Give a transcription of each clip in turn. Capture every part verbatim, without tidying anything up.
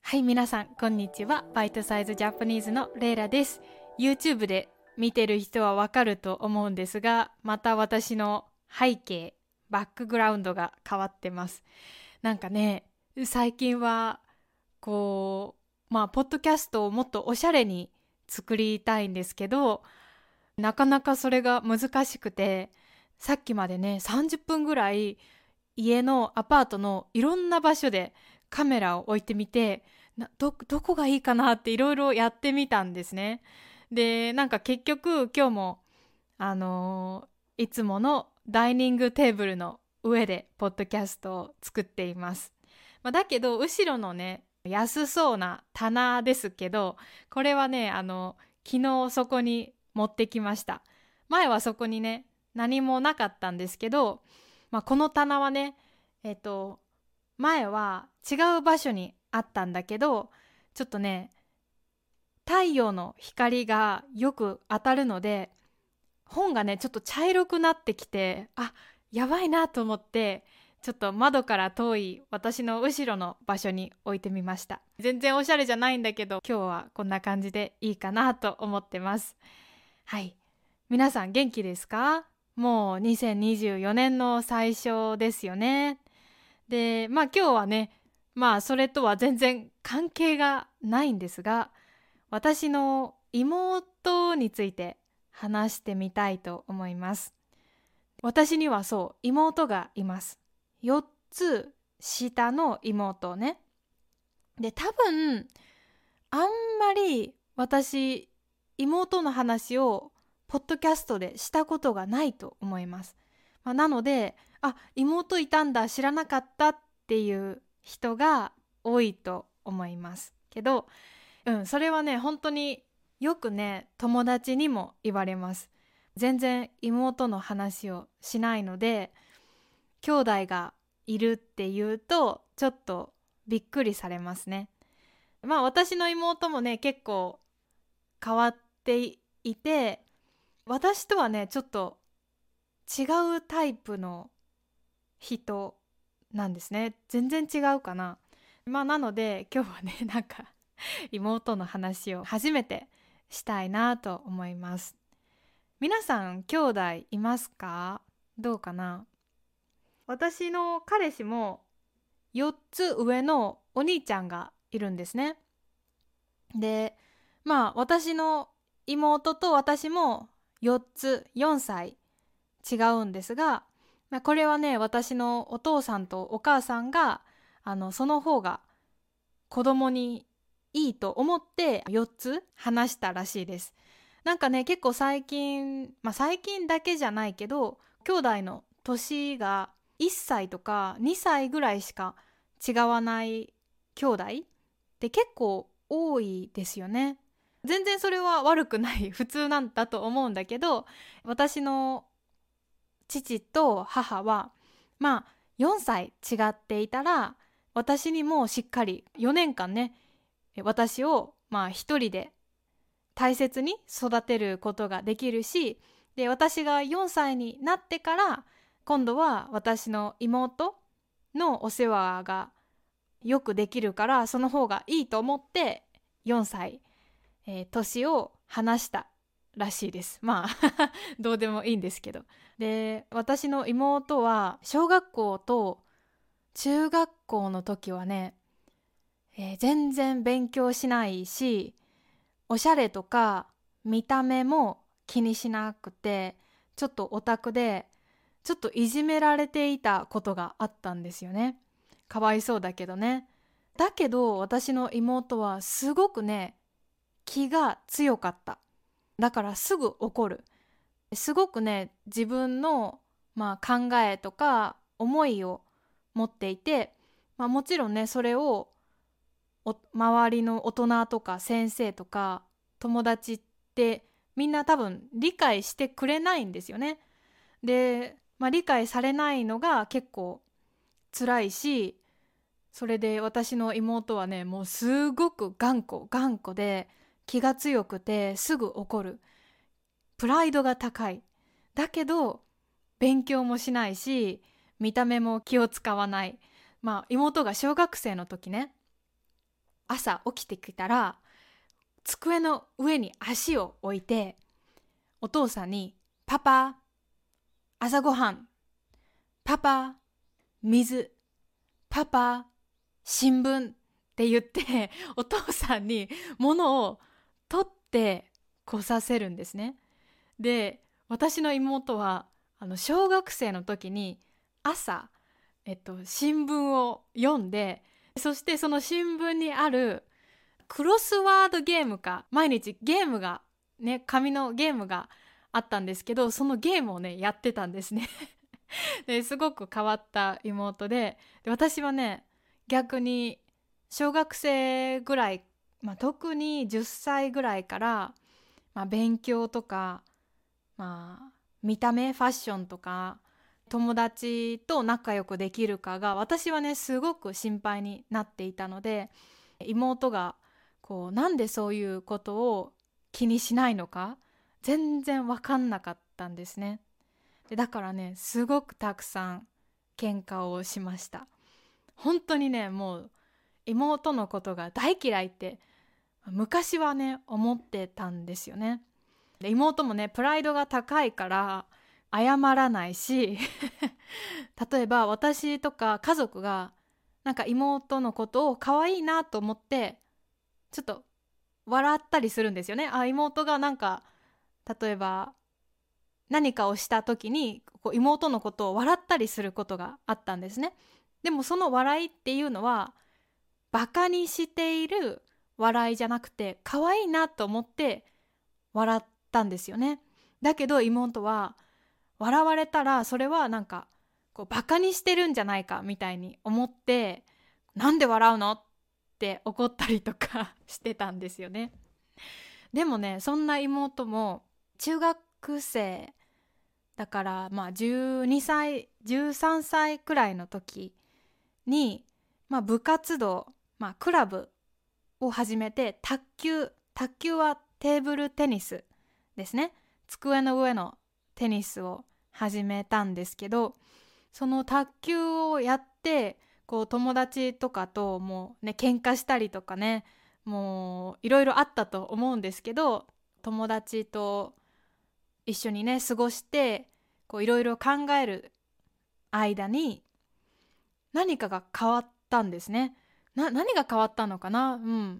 はい、皆さんこんにちは。バイトサイズジャパニーズのレイラです。 YouTube で見てる人はわかると思うんですが、また私の背景バックグラウンドが変わってます。なんかね、最近はこうまあポッドキャストをもっとおしゃれに作りたいんですけど、なかなかそれが難しくて、さっきまでねさんじゅっぷんぐらい家のアパートのいろんな場所でカメラを置いてみて、な ど, どこがいいかなっていろいろやってみたんですね。で、なんか結局今日もあのーいつものダイニングテーブルの上でポッドキャストを作っています。まあ、だけど後ろのね安そうな棚ですけど、これはねあの昨日そこに持ってきました。前はそこにね何もなかったんですけど、まあ、この棚はねえっと前は違う場所にあったんだけど、ちょっとね太陽の光がよく当たるので本がねちょっと茶色くなってきて、あ、やばいなと思って、ちょっと窓から遠い私の後ろの場所に置いてみました。全然おしゃれじゃないんだけど、今日はこんな感じでいいかなと思ってます。はい、皆さん元気ですか？もうにせんにじゅうよねんの最初ですよね。で、まあ今日はね、まあそれとは全然関係がないんですが、私の妹について話してみたいと思います。私にはそう妹がいます。よっつ下の妹ね。で、多分あんまり私妹の話をポッドキャストでしたことがないと思います。まあ、なので、あ、妹いたんだ知らなかったっていう人が多いと思いますけど、うん、それはね本当によくね友達にも言われます。全然妹の話をしないので、兄弟がいるっていうとちょっとびっくりされますね。まあ私の妹もね結構変わっていて、私とはねちょっと違うタイプの人なんですね。全然違うかな。まあなので今日はねなんか妹の話を初めてしたいなと思います。皆さん兄弟いますか？どうかな？私の彼氏もよっつ上のお兄ちゃんがいるんですね。で、まあ私の妹と私もよっつよんさい違うんですが、まあ、これはね私のお父さんとお母さんがあのその方が子供にいいと思ってよっつ話したらしいです。なんかね結構最近、まあ最近だけじゃないけど、兄弟の年がいっさいとかにさいぐらいしか違わない兄弟って結構多いですよね。全然それは悪くない普通なんだと思うんだけど、私の父と母はまあよんさい違っていたら私にもしっかりよねんかんね私をまあ一人で大切に育てることができるし、で私がよんさいになってから今度は私の妹のお世話がよくできるから、その方がいいと思ってよんさい、えー年を離したらしいです。まあどうでもいいんですけど。で、私の妹は小学校と中学校の時はね、えー全然勉強しないし、おしゃれとか見た目も気にしなくて、ちょっとオタクでちょっといじめられていたことがあったんですよね。かわいそうだけどね。だけど私の妹はすごくね気が強かった。だからすぐ怒る。すごくね自分の、まあ、考えとか思いを持っていて、まあ、もちろんねそれをお周りの大人とか先生とか友達ってみんな多分理解してくれないんですよね。で、まあ、理解されないのが結構辛いし、それで私の妹はねもうすごく頑固頑固で気が強くてすぐ怒る。プライドが高い。だけど勉強もしないし見た目も気を使わない。まあ妹が小学生の時ね、 朝起きてきたら机の上に足を置いて、お父さんにパパ朝ごはん、パパ水、パパ新聞って言ってお父さんに物を取ってこさせるんですね。で、私の妹はあの小学生の時に朝、えっと、新聞を読んで、そしてその新聞にあるクロスワードゲームか、毎日ゲームがね、紙のゲームがあったんですけど、そのゲームをねやってたんですねですごく変わった妹で、で私はね逆に小学生ぐらい、まあ、特にじゅっさいぐらいから、まあ、勉強とか、まあ、見た目ファッションとか友達と仲良くできるかが私はねすごく心配になっていたので、妹がこうなんでそういうことを気にしないのか全然分かんなかったんですね。でだからねすごくたくさん喧嘩をしました。本当にねもう妹のことが大嫌いって昔はね思ってたんですよね。で妹もねプライドが高いから謝らないし例えば私とか家族がなんか妹のことを可愛いなと思ってちょっと笑ったりするんですよね。あ、妹がなんか例えば何かをした時にこう妹のことを笑ったりすることがあったんですね。でもその笑いっていうのはバカにしている笑いじゃなくて可愛いなと思って笑ったんですよね。だけど妹は笑われたらそれはなんかこうバカにしてるんじゃないかみたいに思って、なんで笑うのって怒ったりとかしてたんですよね。でもねそんな妹も中学生だからまあじゅうにさいじゅうさんさいくらいの時に、まあ、部活動、まあ、クラブを始めて、卓球卓球はテーブルテニスですね。机の上のテニスを始めたんですけど、その卓球をやってこう友達とかともうね喧嘩したりとかね、もういろいろあったと思うんですけど、友達と一緒にね過ごしてこういろいろ考える間に何かが変わったんですね。な何が変わったのかな、うん、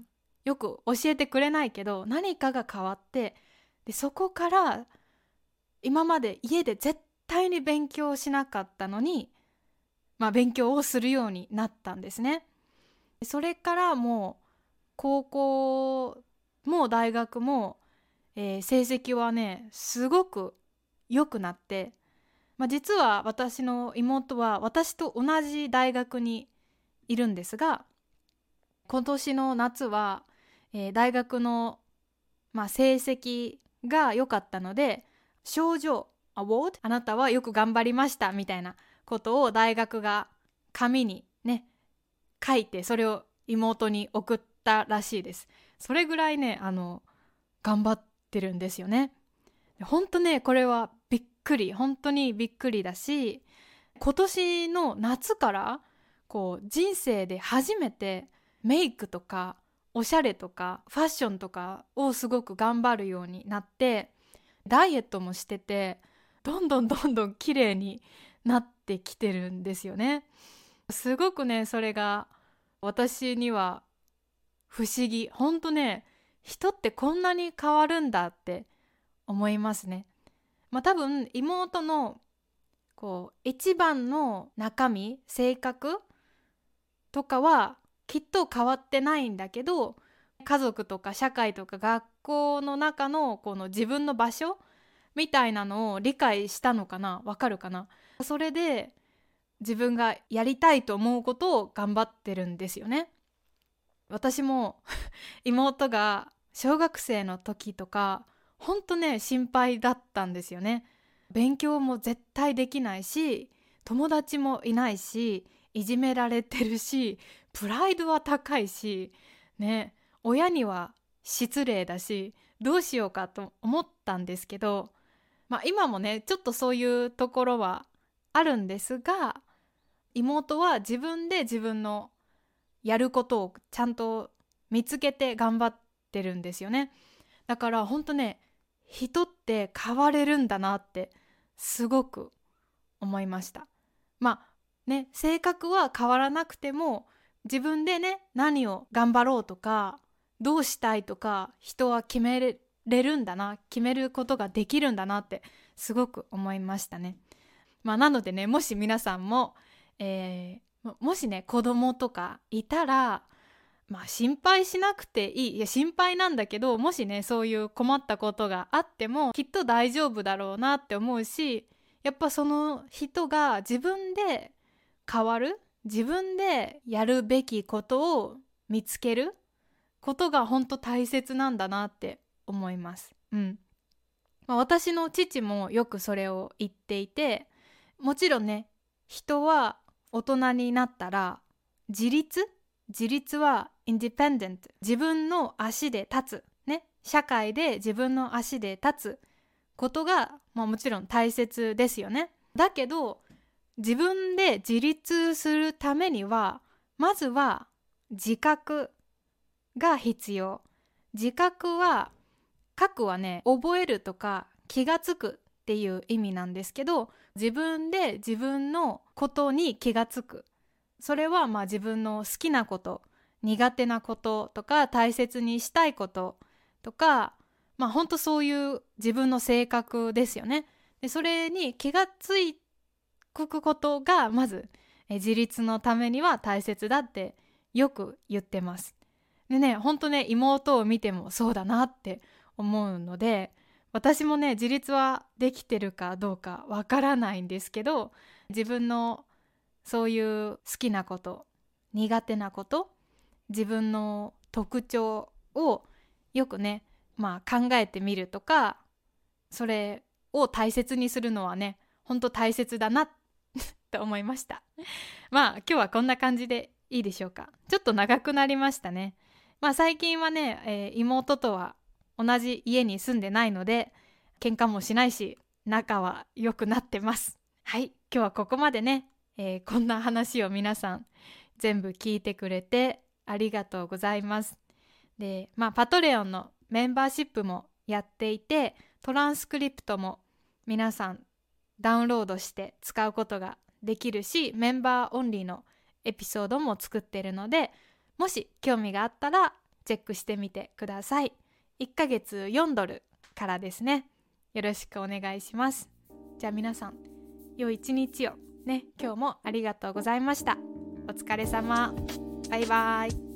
よく教えてくれないけど何かが変わって、でそこから今まで家で絶対に勉強しなかったのに、まあ、勉強をするようになったんですね。それからもう高校も大学も、えー成績はねすごく良くなって、まあ、実は私の妹は私と同じ大学にいるんですが、今年の夏は、えー大学の、まあ、成績が良かったので賞状アワード、あなたはよく頑張りましたみたいなことを大学が紙にね書いて、それを妹に送ったらしいです。それぐらいねあの頑張ってるんですよね。本当ねこれはびっくり、本当にびっくりだし、今年の夏からこう人生で初めてメイクとかおしゃれとかファッションとかをすごく頑張るようになって、ダイエットもしててどんどんどんどん綺麗になってきてるんですよね。すごくねそれが私には不思議、本当ね人ってこんなに変わるんだって思いますね。まあ多分妹のこう一番の中身、性格とかはきっと変わってないんだけど、家族とか社会とか学校の中のこの自分の場所みたいなのを理解したのかな、わかるかな。それで自分がやりたいと思うことを頑張ってるんですよね。私も妹が小学生の時とかほんとね心配だったんですよね。勉強も絶対できないし、友達もいないし、いじめられてるし、プライドは高いしね、親には失礼だし、どうしようかと思ったんですけど、まあ今もねちょっとそういうところはあるんですが、妹は自分で自分のやることをちゃんと見つけて頑張ってるんですよね。だから本当ね、人って変われるんだなってすごく思いました。まあね、性格は変わらなくても自分でね、何を頑張ろうとかどうしたいとか人は決めれるんだな、決めることができるんだなってすごく思いましたね。まあなのでね、もし皆さんも、えー、もしね子供とかいたら、まあ心配しなくていい、いや心配なんだけど、もしねそういう困ったことがあってもきっと大丈夫だろうなって思うし、やっぱその人が自分で変わる、自分でやるべきことを見つけることが本当大切なんだなって思います。うん。まあ、私の父もよくそれを言っていて、もちろんね、人は大人になったら自立自立はインディペンデント、自分の足で立つね、社会で自分の足で立つことが、まあ、もちろん大切ですよね。だけど自分で自立するためにはまずは自覚が必要。自覚は、覚はね、覚えるとか気がつくっていう意味なんですけど、自分で自分のことに気がつく。それはまあ自分の好きなこと、苦手なこととか大切にしたいこととか、まあ本当そういう自分の性格ですよね。でそれに気がつくことがまずえ自立のためには大切だってよく言ってます。でね、本当ね、妹を見てもそうだなって思うので、私もね自立はできてるかどうかわからないんですけど、自分のそういう好きなこと、苦手なこと、自分の特徴をよくね、まあ考えてみるとか、それを大切にするのはね、本当大切だなと思いました。まあ今日はこんな感じでいいでしょうか。ちょっと長くなりましたね。まあ最近はね、えー妹とは同じ家に住んでないので、喧嘩もしないし、仲は良くなってます。はい、今日はここまでね。えーこんな話を皆さん全部聞いてくれてありがとうございます。で、まあパトレオンのメンバーシップもやっていて、トランスクリプトも皆さんダウンロードして使うことができるし、メンバーオンリーのエピソードも作ってるので、もし興味があったらチェックしてみてください。いっかげつよんドルからですね。よろしくお願いします。じゃあ皆さん、良い一日をね。今日もありがとうございました。お疲れ様。バイバイ。